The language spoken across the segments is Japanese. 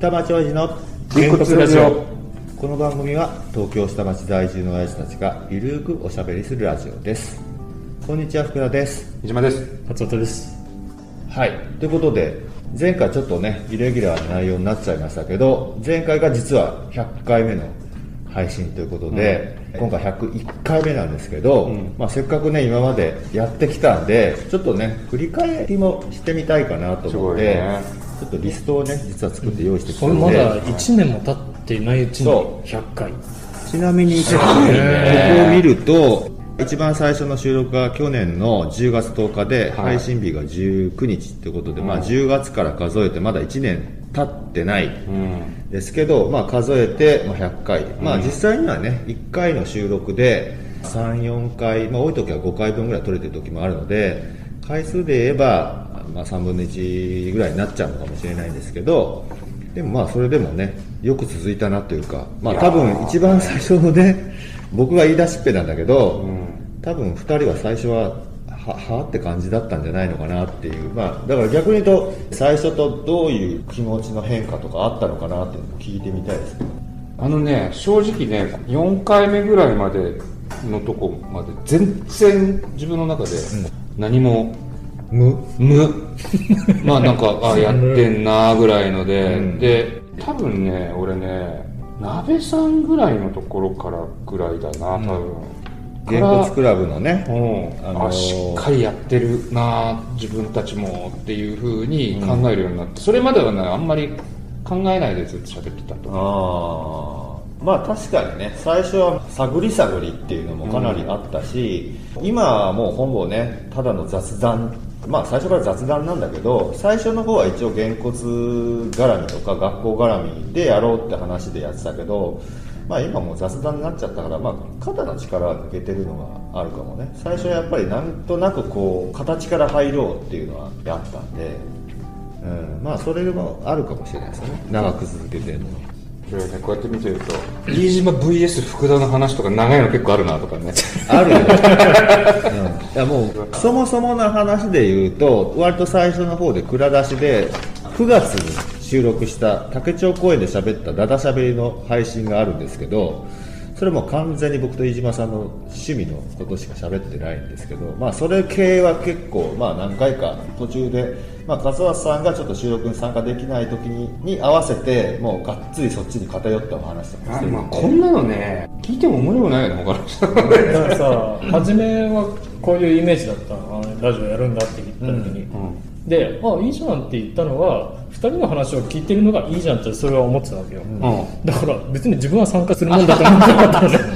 下町親父のげんこつラジオ。 この番組は東京下町在住の親父たちがゆるくおしゃべりするラジオです。こんにちは、福田です。 飯島です。 勝俣です。 はい、ということで前回ちょっとねイレギュラーな内容になっちゃいましたけど、前回が実は100回目の配信ということで、今回101回目なんですけど、せっかくね今までやってきたんでちょっとね振り返りもしてみたいかなと思って、ちょっとリストをね実は作って用意してきたので、 これまだ1年も経ってないうちに100回。 ちなみにここを見ると一番最初の収録が去年の10月10日で、配信日が19日ということで、10月から数えてまだ1年経ってないですけど、数えて100回、実際にはね1回の収録で 3,4 回、多い時は5回分ぐらい撮れてる時もあるので、回数で言えば、3分の1ぐらいになっちゃうのかもしれないんですけど、でもそれでもねよく続いたなというか、多分一番最初のね僕が言い出しっぺなんだけど、多分2人は最初ははって感じだったんじゃないのかなっていう、だから逆に言うと最初とどういう気持ちの変化とかあったのかなっていうのを聞いてみたいですけど。 正直ね4回目ぐらいまでのとこまで全然自分の中で何も無なんかやってんなぐらいので、で多分ね俺ね鍋さんぐらいのところからぐらいだな多分、 げんこつクラブのね、 しっかりやってるな自分たちもっていう風に考えるようになって、それまではねあんまり考えないでずっと喋ってたと。 確かにね最初は探り探りっていうのもかなりあったし、今はもうほぼねただの雑談、最初から雑談なんだけど、最初の方は一応げんこつ絡みとか学校絡みでやろうって話でやってたけど、今もう雑談になっちゃったから、肩の力が抜けてるのがあるかもね。最初はやっぱりなんとなくこう形から入ろうっていうのはやったんで、それもあるかもしれないですよね、長く続けてるのは。 こうやって見てると飯島 VS 福田の話とか長いの結構あるなとかねあるよ、いやもうそもそもの話で言うと割と最初の方で蔵出しで9月に収録した竹町公園で喋ったダダしゃべりの配信があるんですけど、それも完全に僕と飯島さんの趣味のことしか喋ってないんですけど、それ系は結構何回か途中で勝俣さんがちょっと収録に参加できない時に合わせてもうがっつりそっちに偏ってお話とかしてるんで、 こんなのね聞いても無理もないよね他の人。 だからさ初めはこういうイメージだったの、ラジオやるんだって言った時に、でいいじゃんって言ったのは2人の話を聞いてるのがいいじゃんってそれは思ってたわけよ、だから別に自分は参加するもんだと思ってなかったのね。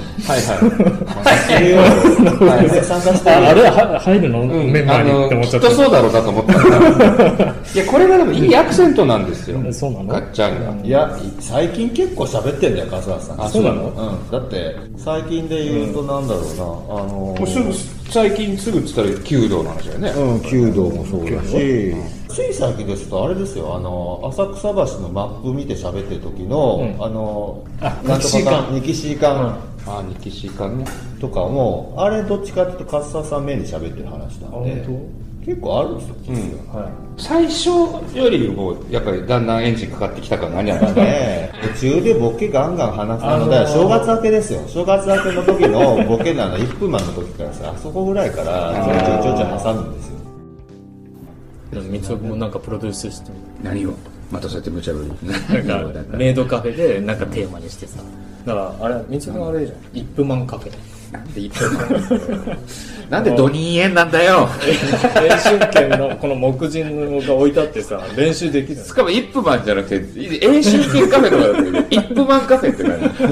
参加してあれは入るの、メンバーにって思っちゃった。 きっとそうだろうなと思ったいやこれがでもいいアクセントなんですよ。 そうなの？ ガッチャンが。 いや最近結構喋ってんだよ勝俣さん。 そうなの？ だって最近で言うとなんだろうな、 もう最近すぐっつったら弓道の話だよね。 弓道もそうだし、つい最近ですとあれですよ、浅草橋のマップ見て喋ってる時の、なんとかニキシー館ニキシー館ねとかもあれどっちかっていうと勝澤さん目に喋ってる話なんで結構あるんですよ、 最初よりもやっぱりだんだんエンジンかかってきたから何やらね途中でボケガンガン話すので、正月明けですよ、正月明けの時のボケなの1分前の時からさ、あそこぐらいからちょいちょい挟むんですよ。 三つもなんかプロデュースして何をまたそうやって無茶ぶりなんかメイドカフェでなんかテーマにしてさ、だからあれ三つもあれじゃん、イップマンカフェ。 なんでイップマンなんでドニー円なんだよ練習券のこの木人が置いてあってさ練習できる。 しかもイップマンじゃなくて練習券カフェとかだったけどイップマンカフェって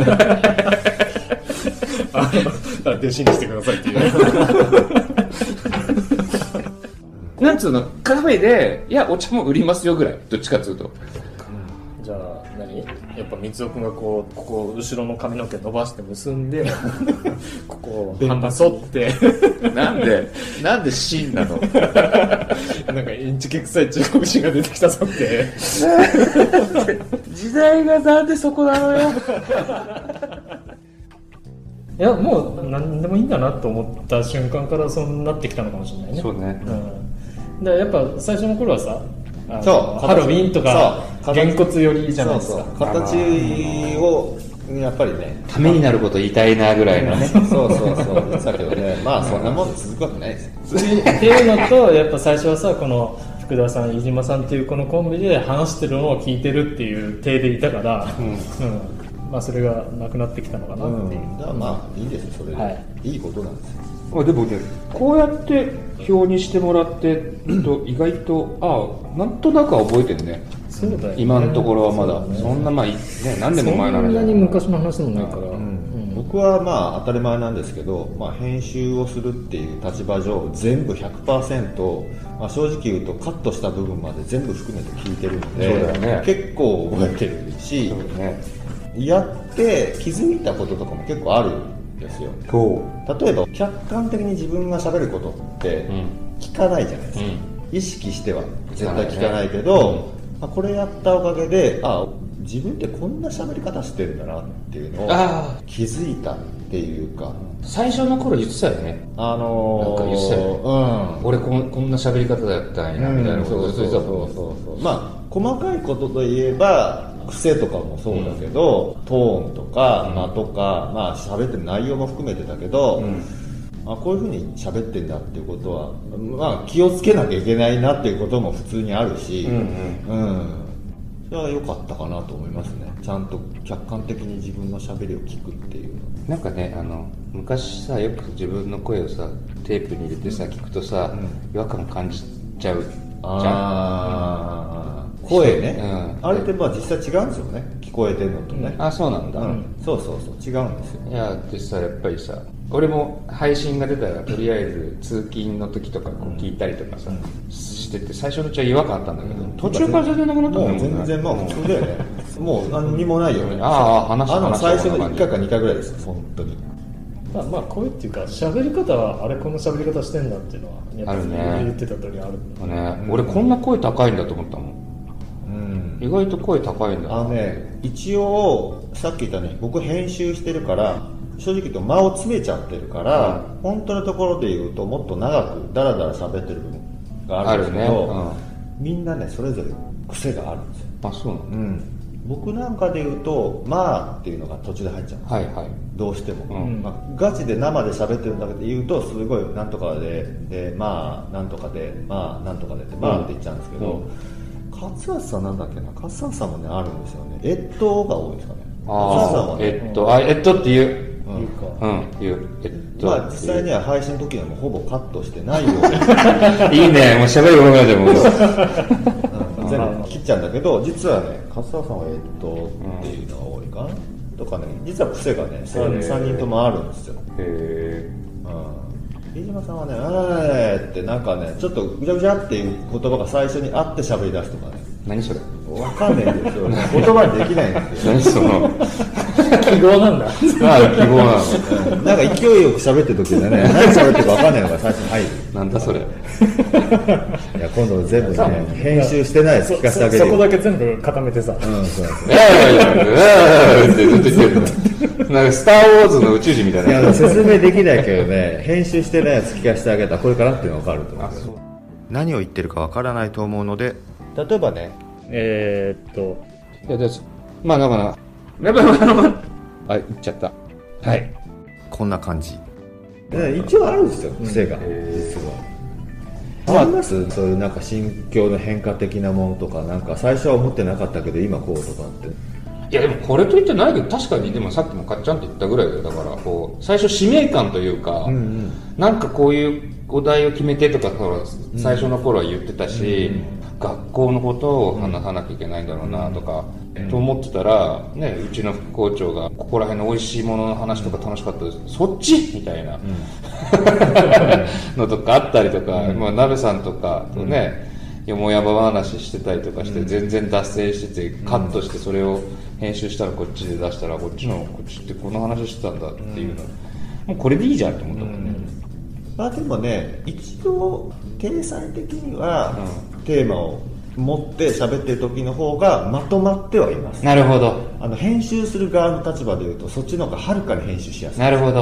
感じ弟子にしてくださいっていうなんつうのカフェでいやお茶も売りますよぐらい、どっちかっつうと、 じゃあ何やっぱ三尾くんがここ後ろの髪の毛伸ばして結んでここを鼻剃ってなんで芯なのなんかインチキ臭い中国人が出てきたぞって時代がなんでそこなのよいやもう何でもいいんだなと思った瞬間からそうなってきたのかもしれないね。 そうね、 だからやっぱ最初の頃はさそうハロウィンとかげんこつ寄りじゃないですか。 そうそう形をやっぱりねためになること言いたいなぐらいのねそう言ってたけどね、まあそんなもんで続くわけないですよっていうのと、やっぱ最初はさ、この福田さん、飯島さんっていうこのコンビで話してるのを聞いてるっていう体でいたから、まあそれがなくなってきたのかなっていう。 だからまあいいですよ、それで、いいことなんですよ。 でもね、こうやって表にしてもらってると意外となんとなくは覚えてるね。 そうだよね、 今のところはまだそんなまあね、何年も前なのにそんなに昔の話もないから、 僕はまあ当たり前なんですけど、まあ、編集をするっていう立場上全部 100%、まあ、正直言うとカットした部分まで全部含めて聞いてるので、 そうだよね、 結構覚えてるし、 そうだね、 やって気づいたこととかも結構あるんですよ。例えば客観的に自分が喋ることって聞かないじゃないですか、意識しては絶対聞かないけど、まあ、これやったおかげで自分ってこんな喋り方してるんだなっていうのを気づいたっていうか、 最初の頃言ってたよね。なんか言ってたよね、俺こんな喋り方だったんやみたいなことをずっと言ってたもんね。 まあ細かいことといえば癖とかもそうだけど、トーンとか間とか、まあ喋ってる内容も含めてだけど、こういうふうに喋ってんだっていうことは、まあ、気をつけなきゃいけないなっていうことも普通にあるし、それは良かったかなと思いますね。ちゃんと客観的に自分の喋りを聞くっていうの。 なんかね、昔さ、よく自分の声をさテープに入れてさ聞くとさ、違和感感じちゃうじゃん。 声ね、あれってまあ実際違うんですよね、聞こえてるのとね。 そうなんだ、 そう違うんですよ。 いやでさ、やっぱりさ、俺も配信が出たらとりあえず通勤の時とかこう聞いたりとかさ、してて、最初のうちは違和感あったんだけど、途中から全然なくなったんだよね。 全然まあ普通だよねもう何にもないよね。最初の1回か2回ぐらいです本当に。 まあ声っていうか喋り方はこの喋り方してんだっていうのはやっぱり言ってた通りあるね。俺こんな声高いんだと思ったもん。意外と声高いんだ。 一応さっき言ったね、僕編集してるから正直言うと間を詰めちゃってるから、本当のところで言うともっと長くダラダラ喋ってる部分があるんですけど、みんなねそれぞれ癖があるんですよ。 そうなの。 僕なんかで言うとまあっていうのが途中で入っちゃうんですよ、どうしても、ガチで生で喋ってるんだけど言うとすごいなんとかでまあなんとかでまあなんとかでってまあって言っちゃうんですけど、勝橋さんなんだっけな、勝橋さんもねあるんですよね。が多いですかね。勝橋さんはねって言う。言う。 まあ実際には配信の時にはもうほぼカットしてないよいいね、もう喋るものがでも全部切っちゃうんだけど、実はね勝沢さんはっていうのが多いかなとかね、実は癖がね3人ともあるんですよ。飯島さんはねってなんかねちょっとぐちゃぐちゃっていう言葉が最初にあって喋り出すとかね。 何それ分かんないんですよ言葉にできないんですよ。 何その記号なんだ。 記号なの。 なんか勢いよく喋ってる時でね何喋ってるか分かんないのが最初に入る。 なんだそれ。 いや今度全部ね編集してないやつ聞かせてあげるよ。 そこだけ全部固めてさ。 そうですね。 ってずっと言ってる。なんかスター・ウォーズの宇宙人みたいな。 いや説明できないけどね編集してないやつ聞かせてあげたらこれからっていうのが分かると思うけど、何を言ってるか分からないと思うので、例えばねいやまあだから言っちゃった。 こんな感じ一応あるんですよ癖が。実はあります？そういうなんか心境の変化的なものとか、なんか最初は思ってなかったけど今こうとかって。 いやでもこれと言ってないけど、確かにでもさっきもかっちゃんって言ったぐらいで、だからこう最初使命感というか、なんかこういうお題を決めてとか最初の頃は言ってたし、学校のことを話さなきゃいけないんだろうなとか、と思ってたら、ね、うちの副校長がここら辺の美味しいものの話とか楽しかったです、そっちみたいな、のとかあったりとか、なべさんとかとね、よもやま話してたりとかして、全然脱線しててカットしてそれを編集したらこっちで出したらこっちってこの話してたんだっていうの、もうこれでいいじゃんと思ったもんね。 でもね一度体裁的には、テーマを持って喋ってる時の方がまとまってはいます。 なるほど。 編集する側の立場でいうとそっちの方がはるかに編集しやすい。 なるほど。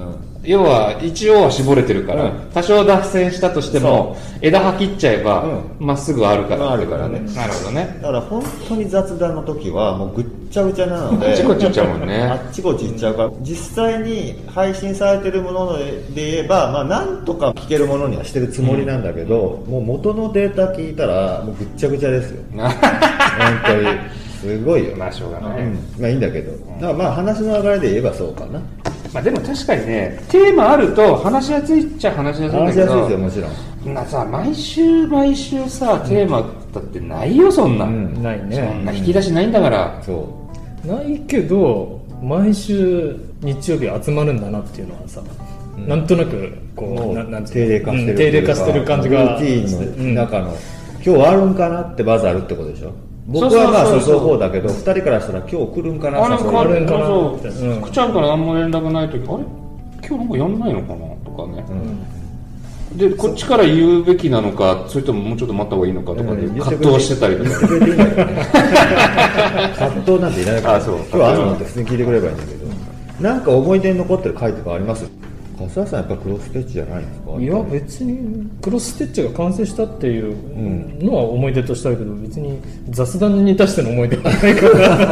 要は一応は絞れてるから、多少脱線したとしても枝葉切っちゃえばまっすぐあるから、 あるからね。 なるほどね。 だから本当に雑談の時はもうぐっちゃぐちゃなのであっちこっち行っちゃうもんね。 あっちこっち行っちゃうから、実際に配信されてるもので言えば、まあなんとか聞けるものにはしてるつもりなんだけど、もう元のデータ聞いたらもうぐっちゃぐちゃですよ本当にすごいよ。 まあしょうがない、 まあいいんだけど、だからまあ話の流れで言えばそうかな。 まあでも確かにね、テーマあると話しやすいっちゃ話しやすいんだけど、 話しやすいですよもちろん。 さ、毎週さ、テーマだってないよ、そんな、 ないね。 そんな引き出しないんだから、 そうないけど毎週日曜日集まるんだなっていうのはさ、なんとなくこうなん定例化してる、 定例化してる感じが、 ルーティーンの中の、今日あるんかなってまずあるってことでしょ。僕はまあ誘う方だけど、2人からしたら今日来るんかな、 あれ誘われるんかな。 福ちゃんから何も連絡ない時、あれ今日なんかやんないのかなとかね、でこっちから言うべきなのか、それとももうちょっと待った方がいいのかとかで葛藤してたりとか、 葛藤なんていらないから、今日あるのって普通に聞いてくればいいんだけど、なんか思い出に残ってる回とかあります？笠原さんやっぱクロスステッチじゃないんですか？ いや別にクロスステッチが完成したっていうのは思い出としてあるけど、別に雑談に対しての思い出はないから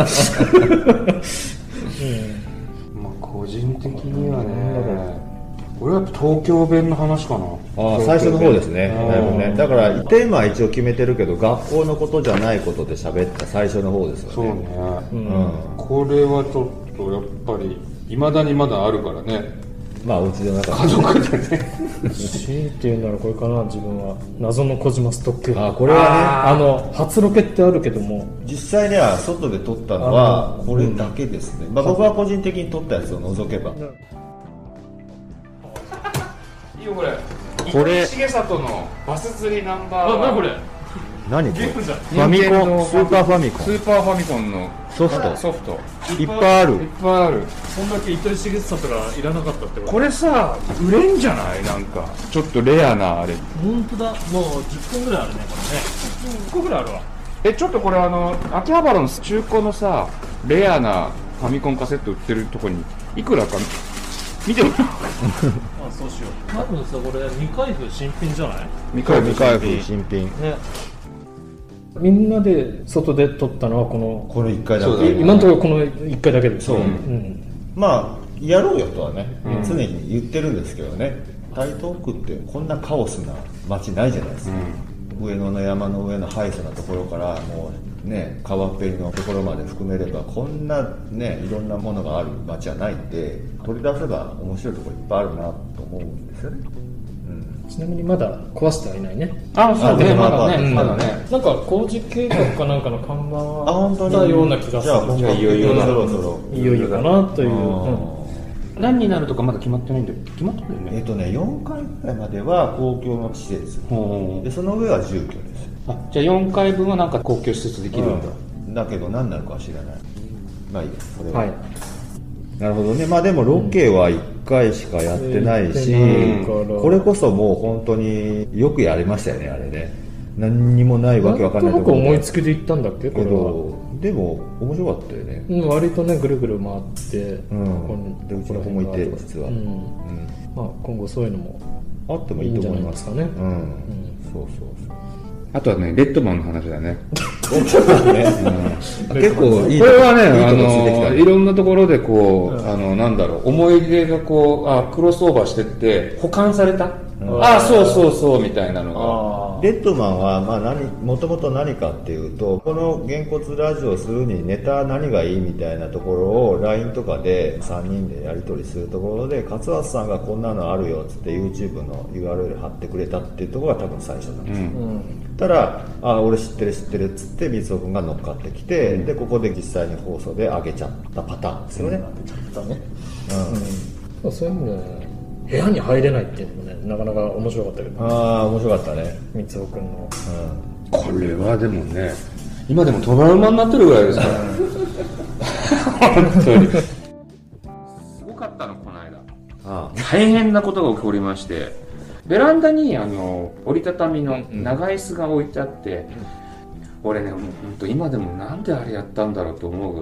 まあ個人的にはね、俺はやっぱ東京弁の話かな。 最初の方ですね。だいぶね。だからテーマは一応決めてるけど、学校のことじゃないことで喋った最初の方ですよね。 そうね、これはちょっとやっぱり未だにまだあるからね。 まあお家の中家族でね強いて言うならこれかな、自分は謎の小島ストック。 これはね、初ロケってあるけども、実際には外で撮ったのはこれだけですね。まあ僕は個人的に撮ったやつを除けば。 いいよこれ。これ重里のバス釣りナンバー。 何これ？ 何これ？ ファミコン、スーパーファミコン。 スーパーファミコンのソフト。 いっぱいある。 そんだけ糸井重里がいらなかったってこと？ これさ、売れんじゃない？なんかちょっとレアなあれ。 本当だ。もう10本ぐらいあるねこれね。10個ぐらいあるわ。 ちょっとこれ秋葉原の中古のさ、レアなファミコンカセット売ってるとこにいくらか見てもらおう。 そうしよう。多分さ、これ未開封新品じゃない？ 未開封新品ね。 みんなで外で撮ったのはこの 1回だけ。 今のところこの1回だけです。 そう、まあやろうよとはね、常に言ってるんですけどね。台東区ってこんなカオスな街ないじゃないですか。上野の山の上のハイソなところからもうね、川っぺりのところまで含めればこんなね、いろんなものがある街はないんで、取り出せば面白いところいっぱいあるなと思うんですよね。 ちなみにまだ壊してはいないね。 そうね、まだね。 なんか工事計画かなんかの看板はあったような気がする。 じゃあいよいよそろそろいよいよかなという。 何になるとかまだ決まってないんだよ。決まったんだよね。 4階ぐらいまでは公共の施設で、その上は住居です。 じゃあ4階分はなんか公共施設できるんだ。 だけど何なのかは知らない。まあいいです、それは。なるほどね。まあでもロケは1回しかやってないし、これこそもう本当によくやりましたよね、あれね。何にもないわけわかんないところで。 思いつきで行ったんだっけ、これは。 でも面白かったよね。 割とね、ぐるぐる回って、 でうちの子もいて、実は。 まあ今後そういうのもあってもいいと思いますかね。そう。 あとはね、レッドマンの話だね。 結構いい。 これはね、いろんなところでこう、思い出がこう、クロスオーバーしてって保管された。そうみたいなのが。 レッドマンはもともと何かっていうと、このげんこつラジオをするにネタ何がいいみたいなところを LINE とかで3人でやり取りするところで、勝俣さんがこんなのあるよっつって YouTube の URL 貼ってくれたっていうところが多分最初なんですよ。たら俺知ってるっつって水尾君が乗っかってきて、でここで実際に放送で上げちゃったパターンですよね。 そういうのね、部屋に入れないっていうのもね、なかなか面白かったけど。 面白かったね、 三尾君の。 これはでもね、今でもトラウマになってるぐらいですから本当にすごかったの、この間。大変なことが起こりまして、ベランダに折りたたみの長椅子が置いてあって、俺ね、本当今でもなんであれやったんだろうと思うぐらい、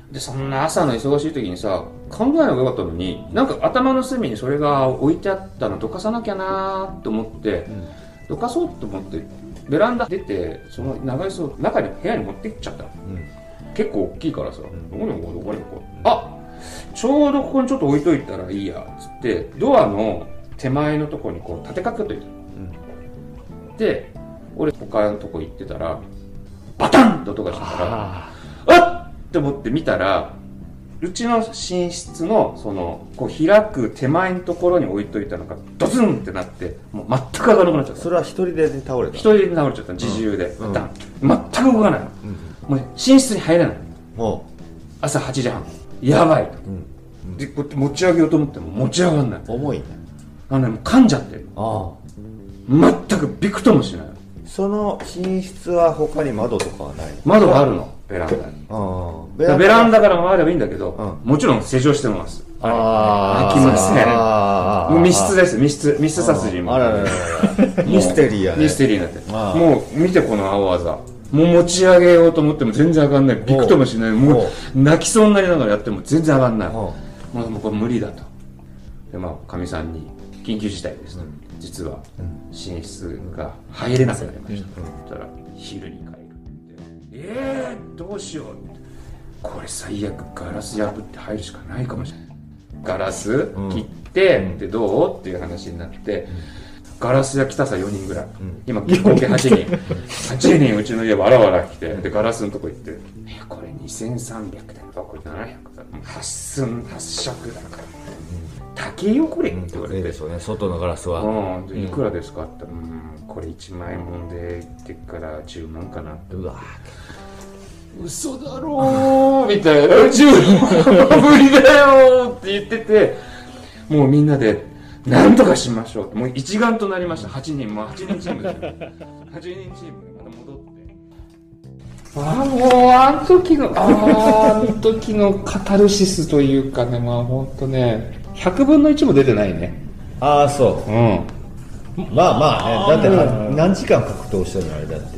でそんな朝の忙しい時にさ考えればよかったのに、なんか頭の隅にそれが置いてあったのどかさなきゃなと思って、どかそうと思ってベランダ出て、その長いそう中に部屋に持って行っちゃったの、結構大きいからさ、どこに置こうどこに置こう、あ、ちょうどここにちょっと置いといたらいいやつってドアの手前のところにこう立てかけといた、で俺他のとこ行ってたらバタンと音がしたからあっって思って見たら、うちの寝室のそのこう開く手前のところに置いといたのがドツンってなって、もう全く開かなくなっちゃった。 それは一人で倒れた？ 一人で倒れちゃった、自重で、バタン、全く動かないの、もう寝室に入れないの。朝8時半やばい、でこうやって持ち上げようと思っても持ち上がんない。 重いね。 もう噛んじゃってる。全くびくともしない。 その寝室は他に窓とかはない？ 窓があるの、ベランダに。ベランダから回ればいいんだけど、もちろん施錠してます。開きません。もう密室です、密室殺人も。ミステリーやね。ミステリーになって。もう見てこの青あざ。もう持ち上げようと思っても全然上がんない。びくともしない。もう泣きそうになりながらやっても全然上がんない。もうこれ無理だと。でかみさんに緊急事態ですと。実は寝室が入れなくなりました。そしたら昼に帰るって。どうしようって。これ最悪ガラス破って入るしかないかもしれない。ガラス切ってでどうっていう話になって。ガラス屋来たさ4人ぐらい、今合計8人うちの家わらわら来て、でガラスのとこ行ってこれ2300だよ、これ700だ、8色だから高いよこれって言われて、 外のガラスは、 いくらですかって言ったら、これ1万円もんで行ってから10万かなって。うわ嘘だろーみたいな、10万無理だよって言ってて、もうみんなでなんとかしましょうって、もう一丸となりました。8人チームですよ。8人チームでまた戻って。もうあの時のカタルシスというかね、ほんとね、100分の1も出てないね。 そう。まあね、だって何時間格闘してるのあれだって。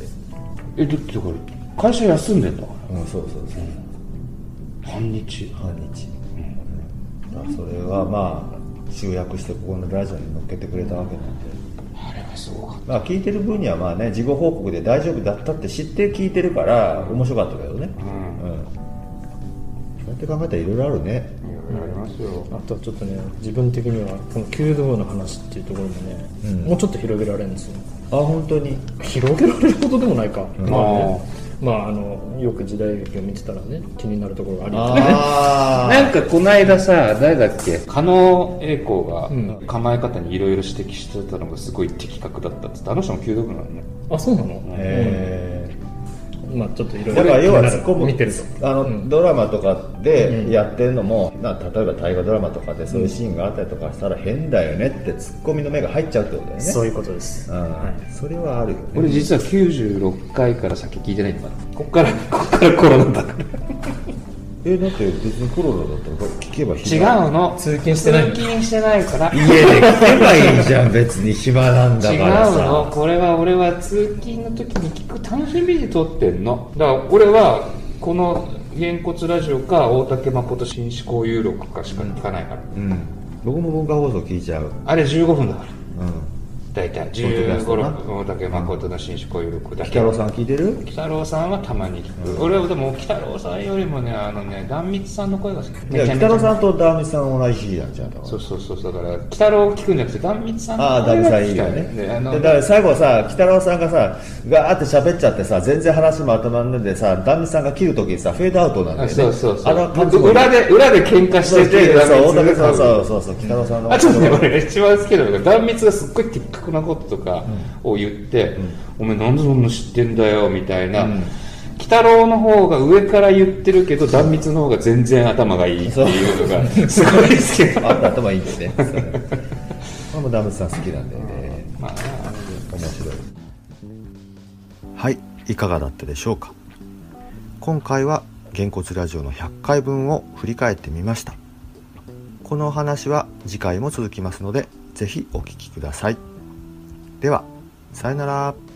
だってこれ会社休んでんだから。 そう半日。 それは集約してここのラジオに乗っけてくれたわけなんで、 あれはすごかった。 聞いてる分には事後報告で大丈夫だったって知って聞いてるから面白かったけどね。そうやって考えたらいろいろあるね。 いろいろありますよ。 あとはちょっとね、自分的にはこの弓道部の話っていうところもね、もうちょっと広げられるんですよ。 本当に広げられることでもないか。よく時代劇を見てたらね、気になるところがありなんかこの間さ、誰だっけ、狩野英孝が構え方にいろいろ指摘してたのがすごい的確だったっつって、あの人も弓道部なのね。 そうなの？ちょっといろいろ。 だから要はツッコミ見てると。 ドラマとかでやってるのも、例えば大河ドラマとかでそういうシーンがあったりとかしたら変だよねってツッコミの目が入っちゃうってことだよね。 そういうことです。 それはあるよね。 俺実は96回から先聞いてないんだから。こっからコロナだから。 だって別にコロナだったら聞けば違うの。 通勤してないから家で聞けばいいじゃん。別に暇なんだからさ。 違うの。これは俺は通勤の時に聞く楽しみに撮ってんの。だから俺はこのげんこつラジオか大竹誠新思考有録かしか聞かないから。 僕も文化放送聞いちゃう。 あれ15分だから。大体15分大竹誠の新思考有録だけ。 北郎さん聞いてる？ 北郎さんはたまに聞く。俺はでも北郎さんよりもね、壇蜜さんの声が好き。 いや、北郎さんと壇蜜さん同じ日なんじゃん。 そうだから北郎を聞くんじゃなくて壇蜜さんの声が聞きたいね。だから最後さ、北郎さんがさガーって喋っちゃってさ、全然話まとまんないでさ、壇蜜さんが切るときにさフェードアウトなんだよね。 そう裏で喧嘩してて、 大竹さんそう北郎さんの。 ちょっとね、俺が一番好きなのが壇蜜がすっごい的確なこととかを言って、お前なんでそんな知ってんだよみたいな、鬼太郎の方が上から言ってるけど壇蜜の方が全然頭がいいっていうのがすごい好き。 頭いいってね。も壇蜜さん好きなんだよね。面白い。はい、いかがだったでしょうか。今回はげんこつラジオの100回分を振り返ってみました。このお話は次回も続きますので、ぜひお聞きください。では、さよなら。